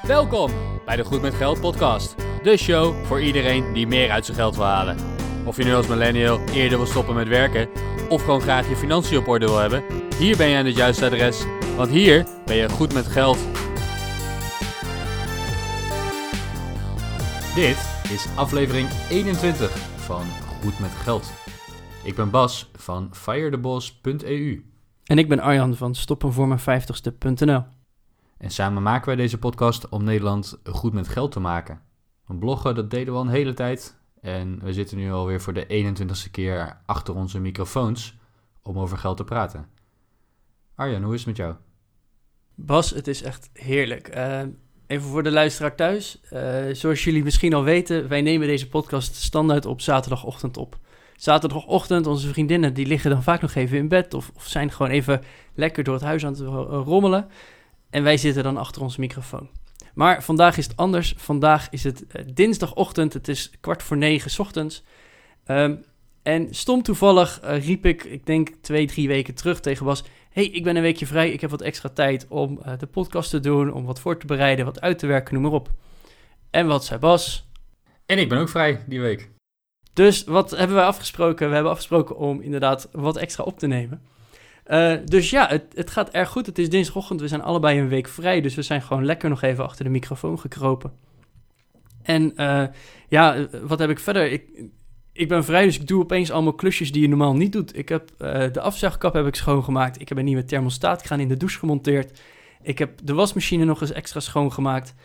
Welkom bij de Goed met Geld podcast. De show voor iedereen die meer uit zijn geld wil halen. Of je nu als millennial eerder wil stoppen met werken of gewoon graag je financiën op orde wil hebben, hier ben je aan het juiste adres, want hier ben je goed met geld. Dit is aflevering 21 van Goed met Geld. Ik ben Bas van firetheboss.eu. En ik ben Arjan van stoppenvoormijn50ste.nl. En samen maken wij deze podcast om Nederland goed met geld te maken. Een bloggen, dat deden we al een hele tijd. En we zitten nu alweer voor de 21ste keer achter onze microfoons om over geld te praten. Arjan, hoe is het met jou? Bas, het is echt heerlijk. Even voor de luisteraar thuis. Zoals jullie misschien al weten, wij nemen deze podcast standaard op zaterdagochtend op. Zaterdagochtend, onze vriendinnen, die liggen dan vaak nog even in bed of zijn gewoon even lekker door het huis aan het rommelen. En wij zitten dan achter onze microfoon. Maar vandaag is het anders. Vandaag is het dinsdagochtend. Het is 8:45 's ochtends. En stom toevallig riep ik denk 2-3 weken terug tegen Bas: hey, ik ben een weekje vrij. Ik heb wat extra tijd om de podcast te doen, om wat voor te bereiden, wat uit te werken, noem maar op. En wat zei Bas? En ik ben ook vrij die week. Dus wat hebben wij afgesproken? We hebben afgesproken om inderdaad wat extra op te nemen. Dus ja, het gaat erg goed. Het is dinsdagochtend, we zijn allebei een week vrij. Dus we zijn gewoon lekker nog even achter de microfoon gekropen. En wat heb ik verder? Ik ben vrij, dus ik doe opeens allemaal klusjes die je normaal niet doet. Ik heb de afzuigkap heb ik schoongemaakt. Ik heb een nieuwe thermostaat gaan in de douche gemonteerd. Ik heb de wasmachine nog eens extra schoongemaakt.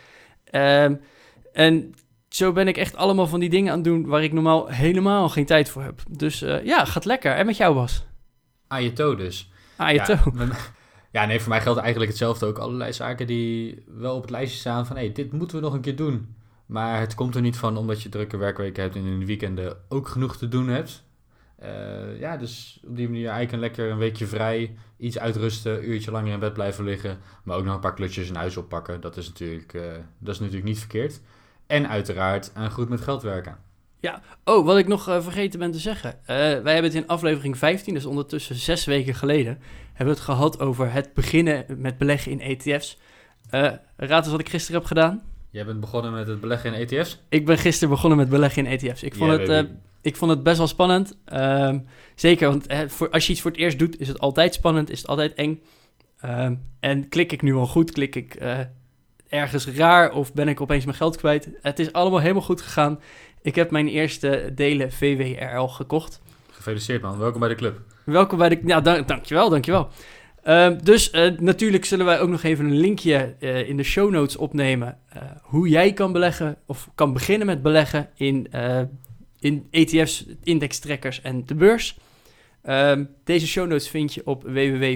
En zo ben ik echt allemaal van die dingen aan het doen waar ik normaal helemaal geen tijd voor heb. Dus gaat lekker. En met jou, Bas? Ajeto dus. Ajeto. Ja, nee, voor mij geldt eigenlijk hetzelfde ook. Allerlei zaken die wel op het lijstje staan van, dit moeten we nog een keer doen. Maar het komt er niet van omdat je drukke werkweken hebt en in de weekenden ook genoeg te doen hebt. Dus op die manier eigenlijk lekker een weekje vrij, iets uitrusten, een uurtje langer in bed blijven liggen. Maar ook nog een paar klusjes in huis oppakken. Dat is natuurlijk niet verkeerd. En uiteraard aan goed met geld werken. Ja, wat ik nog vergeten ben te zeggen. Wij hebben het in aflevering 15, dus ondertussen 6 weken geleden, hebben we het gehad over het beginnen met beleggen in ETF's. Raad eens wat ik gisteren heb gedaan. Jij bent begonnen met het beleggen in ETF's? Ik ben gisteren begonnen met beleggen in ETF's. Ik vond het best wel spannend. Zeker, want als je iets voor het eerst doet, is het altijd spannend, is het altijd eng. En klik ik nu al goed, klik ik ergens raar of ben ik opeens mijn geld kwijt. Het is allemaal helemaal goed gegaan. Ik heb mijn eerste delen VWRL gekocht. Gefeliciteerd man, welkom bij de club. Welkom bij de... Ja, dankjewel. Natuurlijk zullen wij ook nog even een linkje in de show notes opnemen. Hoe jij kan beleggen of kan beginnen met beleggen in ETF's, indextrekkers en de beurs. Deze show notes vind je op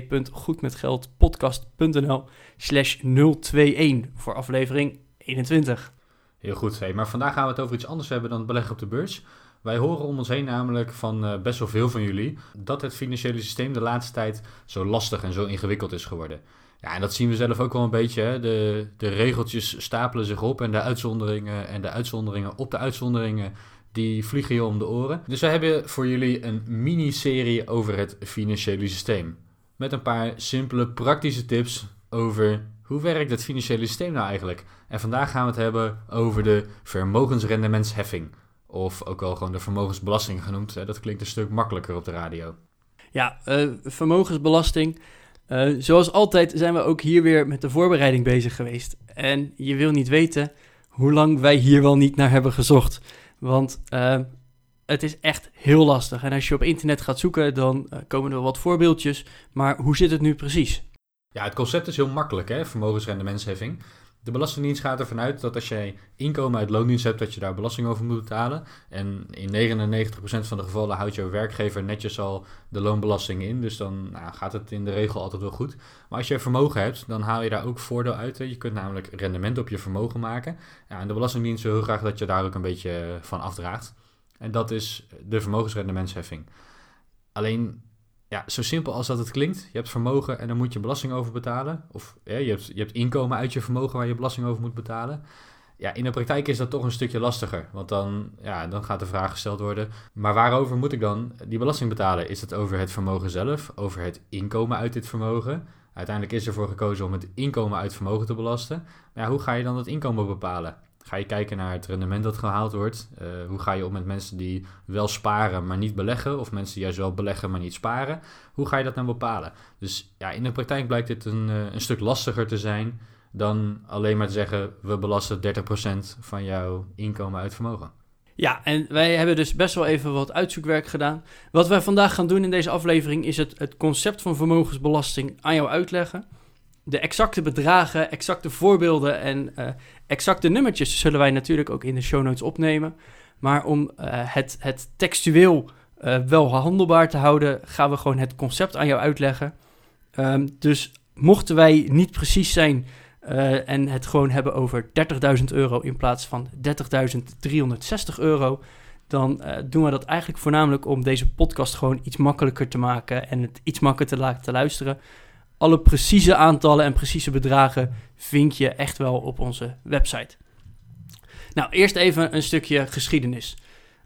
www.goedmetgeldpodcast.nl/021 voor aflevering 21. Heel goed, maar vandaag gaan we het over iets anders hebben dan beleggen op de beurs. Wij horen om ons heen namelijk van best wel veel van jullie dat het financiële systeem de laatste tijd zo lastig en zo ingewikkeld is geworden. Ja, en dat zien we zelf ook wel een beetje. Hè? De regeltjes stapelen zich op en de uitzonderingen op de uitzonderingen, die vliegen je om de oren. Dus we hebben voor jullie een miniserie over het financiële systeem. Met een paar simpele, praktische tips over hoe werkt het financiële systeem nou eigenlijk. En vandaag gaan we het hebben over de vermogensrendementsheffing. Of ook wel gewoon de vermogensbelasting genoemd. Hè? Dat klinkt een stuk makkelijker op de radio. Ja, vermogensbelasting. Zoals altijd zijn we ook hier weer met de voorbereiding bezig geweest. En je wil niet weten hoe lang wij hier wel niet naar hebben gezocht. Want het is echt heel lastig. En als je op internet gaat zoeken, dan komen er wel wat voorbeeldjes. Maar hoe zit het nu precies? Ja, het concept is heel makkelijk, hè? Vermogensrendementsheffing. De Belastingdienst gaat ervan uit dat als jij inkomen uit loondienst hebt, dat je daar belasting over moet betalen. En in 99% van de gevallen houdt jouw werkgever netjes al de loonbelasting in. Dus dan gaat het in de regel altijd wel goed. Maar als je vermogen hebt, dan haal je daar ook voordeel uit. Je kunt namelijk rendement op je vermogen maken. Ja, en de Belastingdienst wil heel graag dat je daar ook een beetje van afdraagt. En dat is de vermogensrendementsheffing. Alleen, ja, zo simpel als dat het klinkt. Je hebt vermogen en daar moet je belasting over betalen. Of je hebt inkomen uit je vermogen waar je belasting over moet betalen. Ja, in de praktijk is dat toch een stukje lastiger. Want dan gaat de vraag gesteld worden, maar waarover moet ik dan die belasting betalen? Is het over het vermogen zelf, over het inkomen uit dit vermogen? Uiteindelijk is ervoor gekozen om het inkomen uit vermogen te belasten. Maar ja, hoe ga je dan dat inkomen bepalen? Ga je kijken naar het rendement dat gehaald wordt? Hoe ga je om met mensen die wel sparen, maar niet beleggen? Of mensen die juist wel beleggen, maar niet sparen? Hoe ga je dat nou bepalen? Dus ja, in de praktijk blijkt dit een stuk lastiger te zijn dan alleen maar te zeggen, we belasten 30% van jouw inkomen uit vermogen. Ja, en wij hebben dus best wel even wat uitzoekwerk gedaan. Wat wij vandaag gaan doen in deze aflevering is het concept van vermogensbelasting aan jou uitleggen. De exacte bedragen, exacte voorbeelden en exacte nummertjes zullen wij natuurlijk ook in de show notes opnemen. Maar om het textueel wel handelbaar te houden, gaan we gewoon het concept aan jou uitleggen. Dus mochten wij niet precies zijn en het gewoon hebben over €30.000 in plaats van €30.360, dan doen we dat eigenlijk voornamelijk om deze podcast gewoon iets makkelijker te maken en het iets makkelijker te laten luisteren. Alle precieze aantallen en precieze bedragen vind je echt wel op onze website. Nou, eerst even een stukje geschiedenis.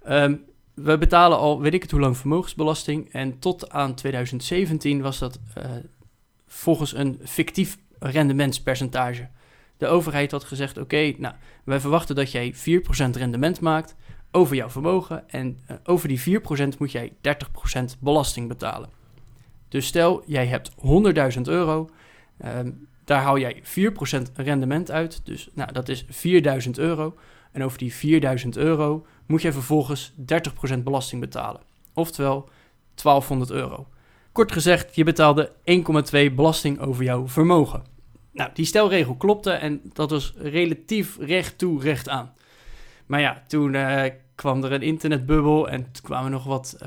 We betalen al weet ik het hoe lang vermogensbelasting en tot aan 2017 was dat volgens een fictief rendementspercentage. De overheid had gezegd, oké, wij verwachten dat jij 4% rendement maakt over jouw vermogen en over die 4% moet jij 30% belasting betalen. Dus stel, jij hebt €100.000, daar haal jij 4% rendement uit, dus dat is €4.000. En over die €4.000 moet jij vervolgens 30% belasting betalen, oftewel €1.200. Kort gezegd, je betaalde 1,2 belasting over jouw vermogen. Nou, die stelregel klopte en dat was relatief recht toe, recht aan. Maar ja, toen kwam er een internetbubbel en toen kwamen nog wat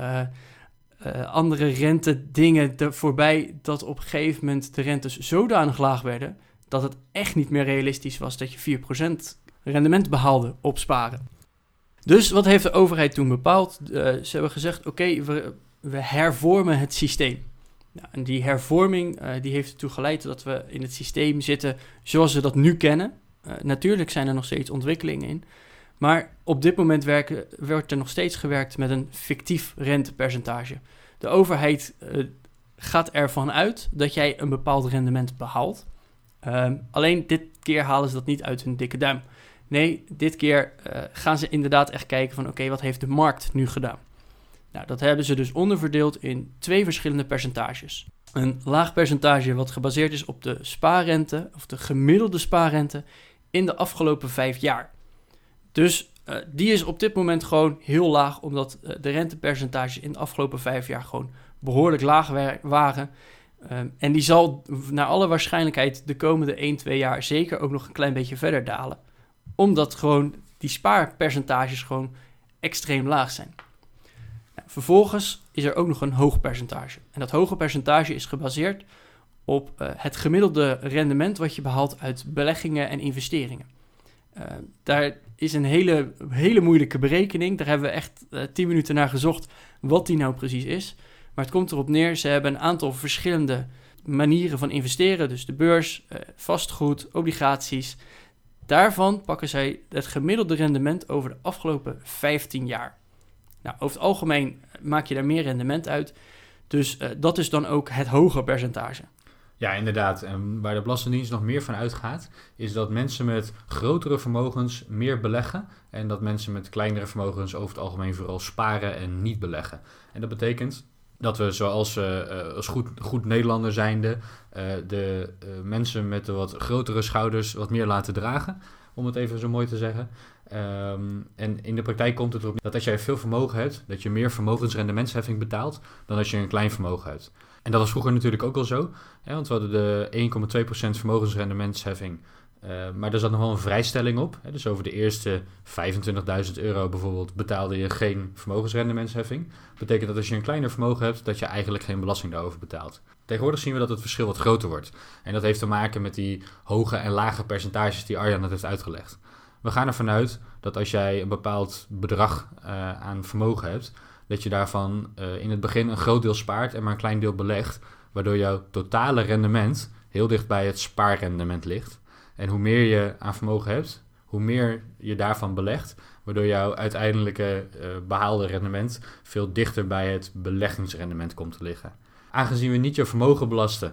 andere rente-dingen er voorbij dat op een gegeven moment de rentes zodanig laag werden dat het echt niet meer realistisch was dat je 4% rendement behaalde op sparen. Dus wat heeft de overheid toen bepaald? Ze hebben gezegd, oké, we hervormen het systeem. Nou, en die hervorming die heeft ertoe geleid dat we in het systeem zitten zoals we dat nu kennen. Natuurlijk zijn er nog steeds ontwikkelingen in. Maar op dit moment wordt er nog steeds gewerkt met een fictief rentepercentage. De overheid gaat ervan uit dat jij een bepaald rendement behaalt. Alleen dit keer halen ze dat niet uit hun dikke duim. Nee, dit keer gaan ze inderdaad echt kijken van oké, wat heeft de markt nu gedaan? Nou, dat hebben ze dus onderverdeeld in 2 verschillende percentages. Een laag percentage wat gebaseerd is op de spaarrente of de gemiddelde spaarrente in de afgelopen 5 jaar. Dus die is op dit moment gewoon heel laag, omdat de rentepercentages in de afgelopen 5 jaar gewoon behoorlijk laag waren. En die zal naar alle waarschijnlijkheid de komende 1-2 jaar zeker ook nog een klein beetje verder dalen. Omdat gewoon die spaarpercentages gewoon extreem laag zijn. Nou, vervolgens is er ook nog een hoog percentage. En dat hoge percentage is gebaseerd op het gemiddelde rendement wat je behaalt uit beleggingen en investeringen. Daar is een hele moeilijke berekening. Daar hebben we echt 10 minuten naar gezocht wat die nou precies is. Maar het komt erop neer, ze hebben een aantal verschillende manieren van investeren. Dus de beurs, vastgoed, obligaties. Daarvan pakken zij het gemiddelde rendement over de afgelopen 15 jaar. Nou, over het algemeen maak je daar meer rendement uit. Dus dat is dan ook het hoge percentage. Ja, inderdaad. En waar de Belastingdienst nog meer van uitgaat, is dat mensen met grotere vermogens meer beleggen en dat mensen met kleinere vermogens over het algemeen vooral sparen en niet beleggen. En dat betekent dat we zoals als goed Nederlander zijnde de mensen met de wat grotere schouders wat meer laten dragen, om het even zo mooi te zeggen. En in de praktijk komt het erop dat als jij veel vermogen hebt, dat je meer vermogensrendementsheffing betaalt dan als je een klein vermogen hebt. En dat was vroeger natuurlijk ook al zo, want we hadden de 1,2% vermogensrendementsheffing. Maar er zat nog wel een vrijstelling op. Dus over de eerste €25.000 bijvoorbeeld betaalde je geen vermogensrendementsheffing. Dat betekent dat als je een kleiner vermogen hebt, dat je eigenlijk geen belasting daarover betaalt. Tegenwoordig zien we dat het verschil wat groter wordt. En dat heeft te maken met die hoge en lage percentages die Arjan net heeft uitgelegd. We gaan ervan uit dat als jij een bepaald bedrag aan vermogen hebt, dat je daarvan in het begin een groot deel spaart en maar een klein deel belegt, waardoor jouw totale rendement heel dicht bij het spaarrendement ligt. En hoe meer je aan vermogen hebt, hoe meer je daarvan belegt, waardoor jouw uiteindelijke behaalde rendement veel dichter bij het beleggingsrendement komt te liggen. Aangezien we niet je vermogen belasten,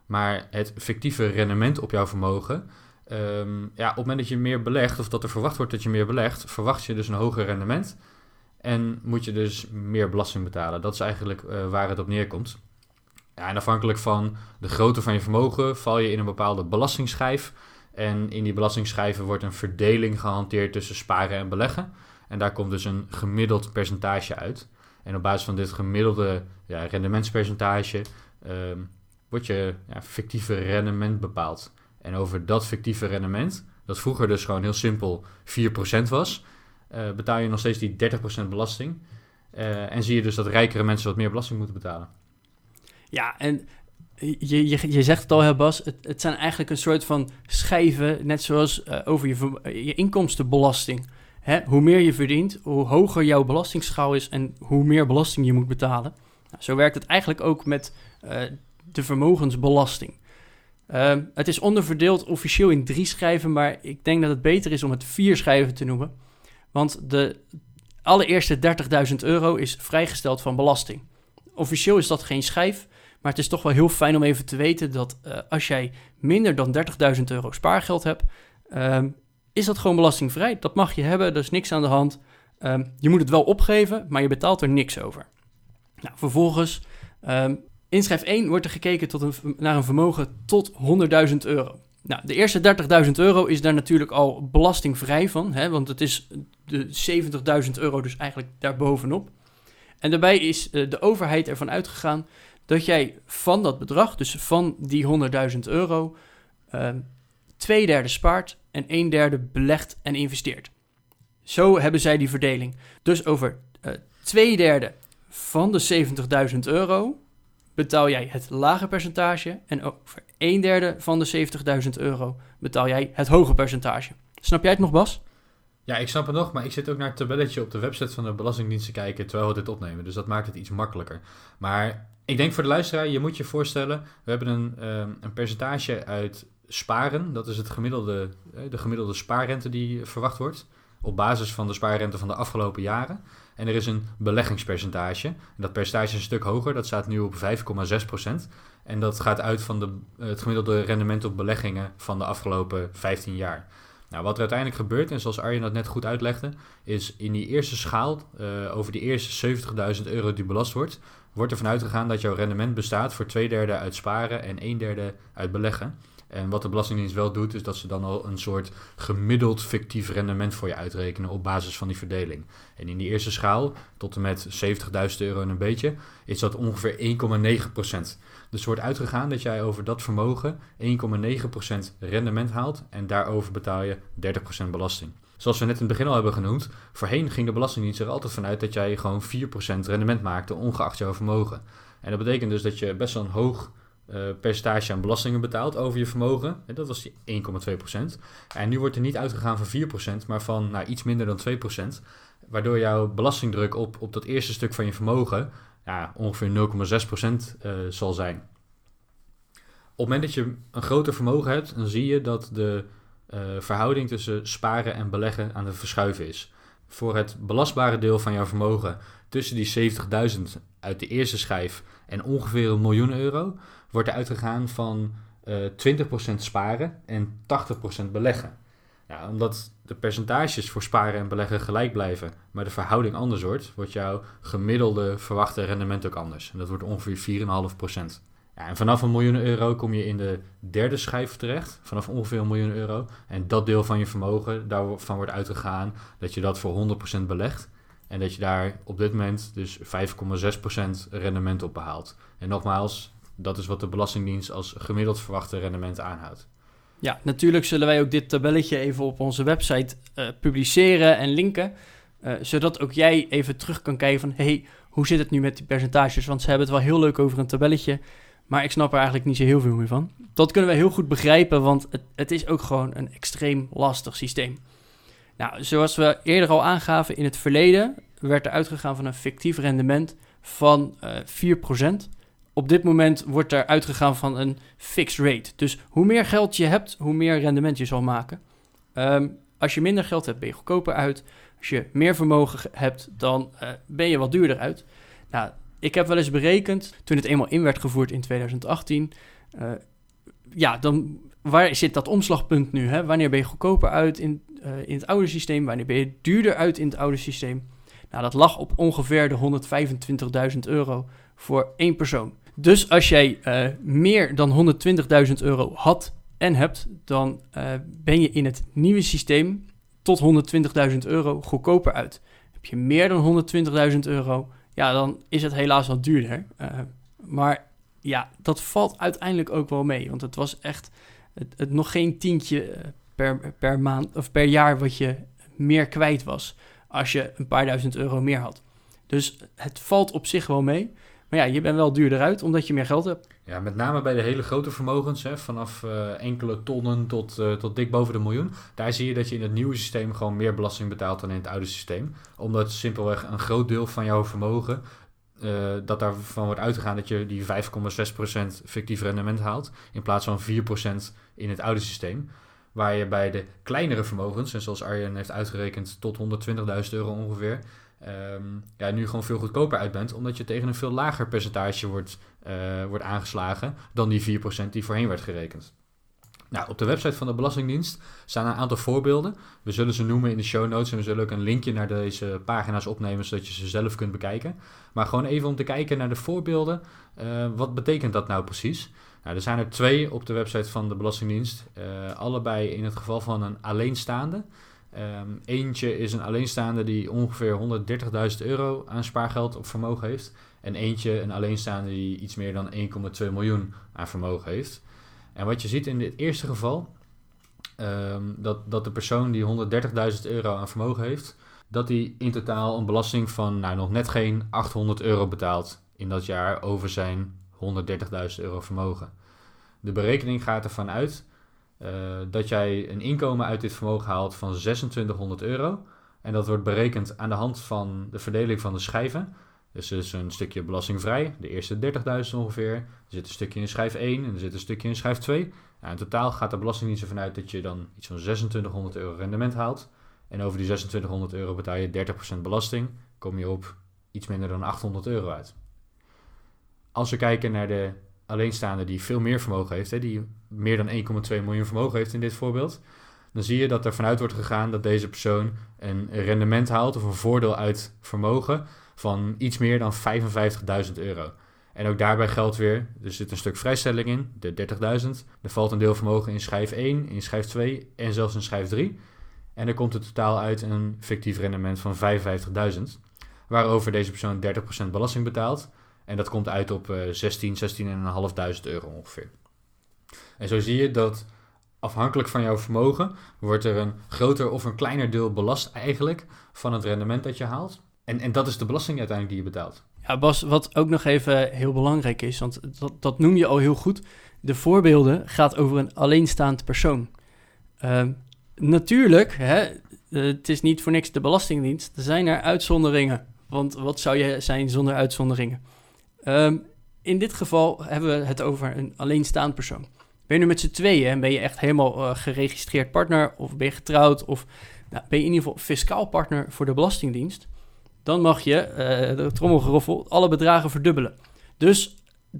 Maar het fictieve rendement op jouw vermogen, op het moment dat je meer belegt, of dat er verwacht wordt dat je meer belegt, verwacht je dus een hoger rendement en moet je dus meer belasting betalen. Dat is eigenlijk waar het op neerkomt. Ja, en afhankelijk van de grootte van je vermogen val je in een bepaalde belastingsschijf. En in die belastingsschijven wordt een verdeling gehanteerd tussen sparen en beleggen. En daar komt dus een gemiddeld percentage uit. En op basis van dit gemiddelde rendementspercentage wordt je fictieve rendement bepaald. En over dat fictieve rendement, dat vroeger dus gewoon heel simpel 4% was, betaal je nog steeds die 30% belasting. En zie je dus dat rijkere mensen wat meer belasting moeten betalen. Ja, en je zegt het al, hè, Bas, het zijn eigenlijk een soort van schijven, net zoals over je inkomstenbelasting. Hè? Hoe meer je verdient, hoe hoger jouw belastingsschaal is en hoe meer belasting je moet betalen. Nou, zo werkt het eigenlijk ook met de vermogensbelasting. Het is onderverdeeld officieel in 3 schijven, maar ik denk dat het beter is om het 4 schijven te noemen. Want de allereerste €30.000 is vrijgesteld van belasting. Officieel is dat geen schijf, maar het is toch wel heel fijn om even te weten dat als jij minder dan €30.000 spaargeld hebt, is dat gewoon belastingvrij. Dat mag je hebben, er is niks aan de hand. Je moet het wel opgeven, maar je betaalt er niks over. Nou, vervolgens, in schijf 1 wordt er gekeken naar een vermogen tot €100.000. Nou, de eerste €30.000 is daar natuurlijk al belastingvrij van, hè, want het is de €70.000 dus eigenlijk daarbovenop. En daarbij is de overheid ervan uitgegaan dat jij van dat bedrag, dus van die €100.000, 2/3 spaart en 1/3 belegt en investeert. Zo hebben zij die verdeling. Dus over 2/3 van de €70.000 betaal jij het lage percentage en over 1/3 van de €70.000 betaal jij het hoge percentage. Snap jij het nog, Bas? Ja, ik snap het nog, maar ik zit ook naar het tabelletje op de website van de Belastingdienst te kijken terwijl we dit opnemen. Dus dat maakt het iets makkelijker. Maar ik denk voor de luisteraar, je moet je voorstellen, we hebben een percentage uit sparen. Dat is de gemiddelde spaarrente die verwacht wordt op basis van de spaarrente van de afgelopen jaren. En er is een beleggingspercentage. En dat percentage is een stuk hoger, dat staat nu op 5,6%. En dat gaat uit van het gemiddelde rendement op beleggingen van de afgelopen 15 jaar. Nou, wat er uiteindelijk gebeurt, en zoals Arjen dat net goed uitlegde, is in die eerste schaal, over die eerste €70.000 die belast wordt ervan uitgegaan dat jouw rendement bestaat voor 2/3 uit sparen en 1/3 uit beleggen. En wat de Belastingdienst wel doet, is dat ze dan al een soort gemiddeld fictief rendement voor je uitrekenen op basis van die verdeling. En in die eerste schaal, tot en met €70.000 en een beetje, is dat ongeveer 1,9%. Dus er wordt uitgegaan dat jij over dat vermogen 1,9% rendement haalt en daarover betaal je 30% belasting. Zoals we net in het begin al hebben genoemd, voorheen ging de Belastingdienst er altijd vanuit dat jij gewoon 4% rendement maakte, ongeacht jouw vermogen. En dat betekent dus dat je best wel een hoog percentage aan belastingen betaalt over je vermogen. En dat was die 1,2%. En nu wordt er niet uitgegaan van 4%, maar van iets minder dan 2%. Waardoor jouw belastingdruk op dat eerste stuk van je vermogen ongeveer 0,6% zal zijn. Op het moment dat je een groter vermogen hebt, dan zie je dat de verhouding tussen sparen en beleggen aan het verschuiven is. Voor het belastbare deel van jouw vermogen tussen die 70.000 uit de eerste schijf en ongeveer €1.000.000 wordt er uitgegaan van 20% sparen en 80% beleggen. Ja, omdat de percentages voor sparen en beleggen gelijk blijven, maar de verhouding anders wordt jouw gemiddelde verwachte rendement ook anders. En dat wordt ongeveer 4,5%. Ja, en vanaf €1.000.000 kom je in de derde schijf terecht, vanaf ongeveer €1.000.000. En dat deel van je vermogen, daarvan wordt uitgegaan dat je dat voor 100% belegt. En dat je daar op dit moment dus 5,6% rendement op behaalt. En nogmaals, dat is wat de Belastingdienst als gemiddeld verwachte rendement aanhoudt. Ja, natuurlijk zullen wij ook dit tabelletje even op onze website publiceren en linken. Zodat ook jij even terug kan kijken van, hey, hoe zit het nu met die percentages? Want ze hebben het wel heel leuk over een tabelletje, maar ik snap er eigenlijk niet zo heel veel meer van. Dat kunnen we heel goed begrijpen, want het is ook gewoon een extreem lastig systeem. Nou, zoals we eerder al aangaven, in het verleden werd er uitgegaan van een fictief rendement van 4%. Op dit moment wordt er uitgegaan van een fixed rate. Dus hoe meer geld je hebt, hoe meer rendement je zal maken. Als je minder geld hebt, ben je goedkoper uit. Als je meer vermogen hebt, dan ben je wat duurder uit. Nou, ik heb wel eens berekend, toen het eenmaal in werd gevoerd in 2018... dan waar zit dat omslagpunt nu? Hè? Wanneer ben je goedkoper uit in het oude systeem? Wanneer ben je duurder uit in het oude systeem? Nou, dat lag op ongeveer de €125.000 voor 1 persoon. Dus als jij meer dan €120.000 had en hebt, dan ben je in het nieuwe systeem tot €120.000 goedkoper uit. Heb je meer dan €120.000, ja, dan is het helaas wat duurder. Maar ja, dat valt uiteindelijk ook wel mee, want het was echt het nog geen tientje per maand of per jaar wat je meer kwijt was als je een paar €1000 meer had. Dus het valt op zich wel mee. Maar ja, je bent wel duurder uit omdat je meer geld hebt. Ja, met name bij de hele grote vermogens, hè, vanaf enkele tonnen tot dik boven de miljoen. Daar zie je dat je in het nieuwe systeem gewoon meer belasting betaalt dan in het oude systeem. Omdat simpelweg een groot deel van jouw vermogen, dat daarvan wordt uitgegaan dat je die 5,6% fictief rendement haalt, in plaats van 4% in het oude systeem. Waar je bij de kleinere vermogens, en zoals Arjen heeft uitgerekend tot €120.000 ongeveer, nu gewoon veel goedkoper uit bent, omdat je tegen een veel lager percentage wordt aangeslagen dan die 4% die voorheen werd gerekend. Nou, op de website van de Belastingdienst staan een aantal voorbeelden. We zullen ze noemen in de show notes en we zullen ook een linkje naar deze pagina's opnemen, zodat je ze zelf kunt bekijken. Maar gewoon even om te kijken naar de voorbeelden. Wat betekent dat nou precies? Nou, er zijn er 2 op de website van de Belastingdienst. Allebei in het geval van een alleenstaande. Eentje is een alleenstaande die ongeveer €130.000 aan spaargeld op vermogen heeft. En eentje een alleenstaande die iets meer dan 1,2 miljoen aan vermogen heeft. En wat je ziet in dit eerste geval, dat de persoon die €130.000 aan vermogen heeft, dat die in totaal een belasting van nog net geen €800 betaalt in dat jaar over zijn €130.000 vermogen. De berekening gaat ervan uit dat jij een inkomen uit dit vermogen haalt van €2600. En dat wordt berekend aan de hand van de verdeling van de schijven. Dus er is een stukje belastingvrij, de eerste 30.000 ongeveer. Er zit een stukje in schijf 1 en er zit een stukje in schijf 2. Nou, in totaal gaat de Belastingdienst ervan uit dat je dan iets van €2600 rendement haalt. En over die €2600 betaal je 30% belasting. Kom je op iets minder dan €800 uit. Als we kijken naar de alleenstaande die veel meer vermogen heeft, die meer dan 1,2 miljoen vermogen heeft in dit voorbeeld, dan zie je dat er vanuit wordt gegaan dat deze persoon een rendement haalt of een voordeel uit vermogen van iets meer dan €55.000. En ook daarbij geldt weer, er zit een stuk vrijstelling in, de 30.000. Er valt een deel vermogen in schijf 1, in schijf 2 en zelfs in schijf 3. En er komt het totaal uit een fictief rendement van €55.000, waarover deze persoon 30% belasting betaalt. En dat komt uit op €16.500 ongeveer. En zo zie je dat afhankelijk van jouw vermogen wordt er een groter of een kleiner deel belast eigenlijk van het rendement dat je haalt. En dat is de belasting uiteindelijk die je betaalt. Ja, Bas, wat ook nog even heel belangrijk is, want dat noem je al heel goed. De voorbeelden gaat over een alleenstaand persoon. Natuurlijk, het is niet voor niks de Belastingdienst. Er zijn er uitzonderingen. Want wat zou je zijn zonder uitzonderingen? In dit geval hebben we het over een alleenstaand persoon. Ben je nu met z'n tweeën en ben je echt helemaal geregistreerd partner, of ben je getrouwd, of ben je in ieder geval fiscaal partner voor de Belastingdienst, dan mag je, de trommelgeroffel, alle bedragen verdubbelen. Dus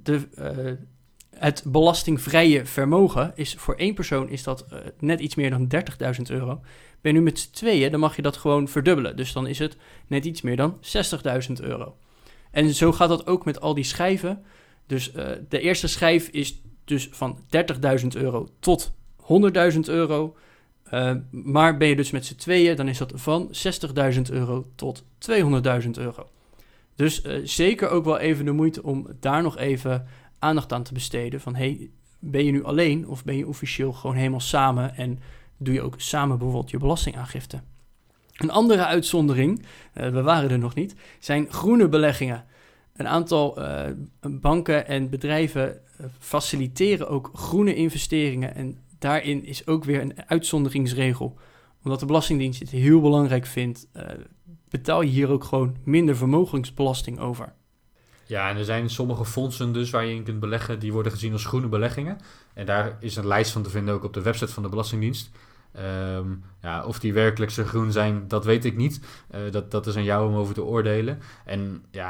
het belastingvrije vermogen is voor 1 persoon is dat net iets meer dan €30.000. Ben je nu met z'n tweeën, dan mag je dat gewoon verdubbelen. Dus dan is het net iets meer dan €60.000. En zo gaat dat ook met al die schijven. Dus de eerste schijf is dus van €30.000 tot €100.000. Maar ben je dus met z'n tweeën, dan is dat van €60.000 tot €200.000. Dus zeker ook wel even de moeite om daar nog even aandacht aan te besteden. Van ben je nu alleen of ben je officieel gewoon helemaal samen en doe je ook samen bijvoorbeeld je belastingaangifte? Een andere uitzondering, we waren er nog niet, zijn groene beleggingen. Een aantal banken en bedrijven faciliteren ook groene investeringen en daarin is ook weer een uitzonderingsregel. Omdat de Belastingdienst het heel belangrijk vindt, betaal je hier ook gewoon minder vermogensbelasting over. Ja, en er zijn sommige fondsen dus waar je in kunt beleggen, die worden gezien als groene beleggingen. En daar is een lijst van te vinden ook op de website van de Belastingdienst. Of die werkelijk zo groen zijn, dat weet ik niet. Dat is aan jou om over te oordelen. En ja,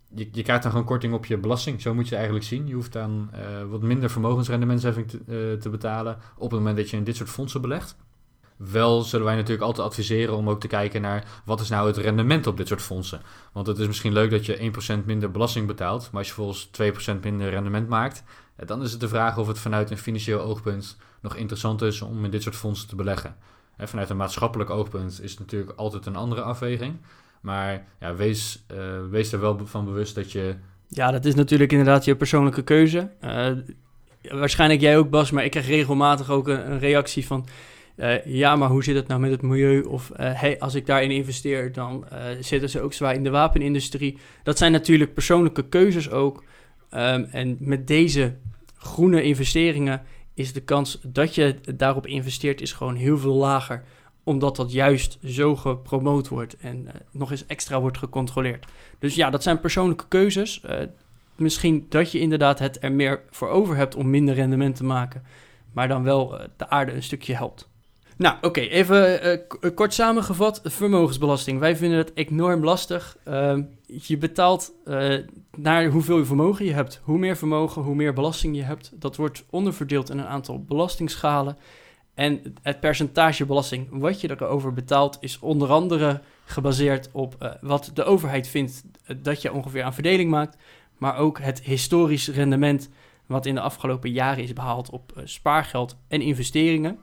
je krijgt dan gewoon korting op je belasting. Zo moet je het eigenlijk zien. Je hoeft dan wat minder vermogensrendementsheffing te betalen op het moment dat je in dit soort fondsen belegt. Wel zullen wij natuurlijk altijd adviseren om ook te kijken naar wat is nou het rendement op dit soort fondsen. Want het is misschien leuk dat je 1% minder belasting betaalt, maar als je volgens 2% minder rendement maakt, dan is het de vraag of het vanuit een financieel oogpunt nog interessant is om in dit soort fondsen te beleggen. Vanuit een maatschappelijk oogpunt is het natuurlijk altijd een andere afweging. Maar ja, wees er wel van bewust dat je... Ja, dat is natuurlijk inderdaad je persoonlijke keuze. Waarschijnlijk jij ook, Bas, maar ik krijg regelmatig ook een reactie van... ja, maar hoe zit het nou met het milieu? Of hey, als ik daarin investeer, dan zitten ze ook zwaar in de wapenindustrie. Dat zijn natuurlijk persoonlijke keuzes ook. En met deze groene investeringen is de kans dat je daarop investeert is gewoon heel veel lager. Omdat dat juist zo gepromoot wordt en nog eens extra wordt gecontroleerd. Dus ja, dat zijn persoonlijke keuzes. Misschien dat je inderdaad het er meer voor over hebt om minder rendement te maken. Maar dan wel de aarde een stukje helpt. Nou, oké, even kort samengevat. Vermogensbelasting. Wij vinden het enorm lastig. Je betaalt naar hoeveel vermogen je hebt. Hoe meer vermogen, hoe meer belasting je hebt. Dat wordt onderverdeeld in een aantal belastingschalen. En het percentage belasting wat je erover betaalt is onder andere gebaseerd op wat de overheid vindt dat je ongeveer aan verdeling maakt. Maar ook het historisch rendement wat in de afgelopen jaren is behaald op spaargeld en investeringen.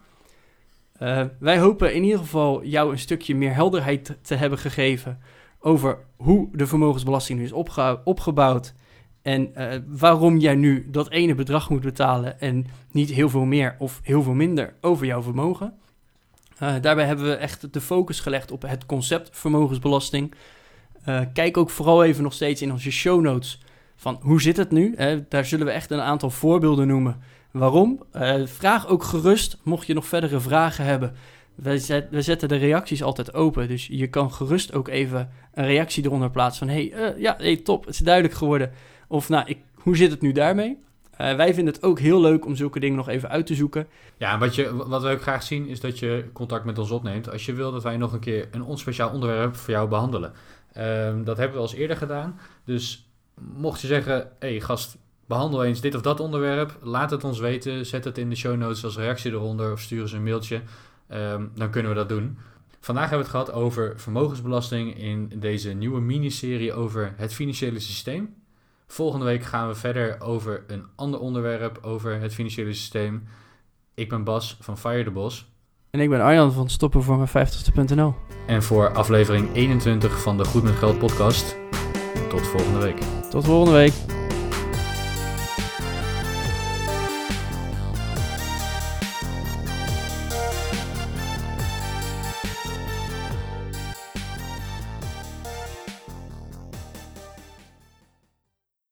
Wij hopen in ieder geval jou een stukje meer helderheid te hebben gegeven over hoe de vermogensbelasting nu is opgebouwd en waarom jij nu dat ene bedrag moet betalen en niet heel veel meer of heel veel minder over jouw vermogen. Daarbij hebben we echt de focus gelegd op het concept vermogensbelasting. Kijk ook vooral even nog steeds in onze show notes van hoe zit het nu? Daar zullen we echt een aantal voorbeelden noemen. Waarom? Vraag ook gerust, mocht je nog verdere vragen hebben. We zetten de reacties altijd open, dus je kan gerust ook even een reactie eronder plaatsen van hey, top, het is duidelijk geworden. Of hoe zit het nu daarmee? Wij vinden het ook heel leuk om zulke dingen nog even uit te zoeken. Ja, wat we ook graag zien is dat je contact met ons opneemt als je wil dat wij nog een keer een onspeciaal onderwerp voor jou behandelen. Dat hebben we al eens eerder gedaan, dus mocht je zeggen, hey gast, behandel eens dit of dat onderwerp, laat het ons weten, zet het in de show notes als reactie eronder of stuur eens een mailtje, dan kunnen we dat doen. Vandaag hebben we het gehad over vermogensbelasting in deze nieuwe miniserie over het financiële systeem. Volgende week gaan we verder over een ander onderwerp over het financiële systeem. Ik ben Bas van Fire the Boss. En ik ben Arjan van stoppenvoormijn50ste.nl. En voor aflevering 21 van de Goed met Geld podcast. Tot volgende week. Tot volgende week.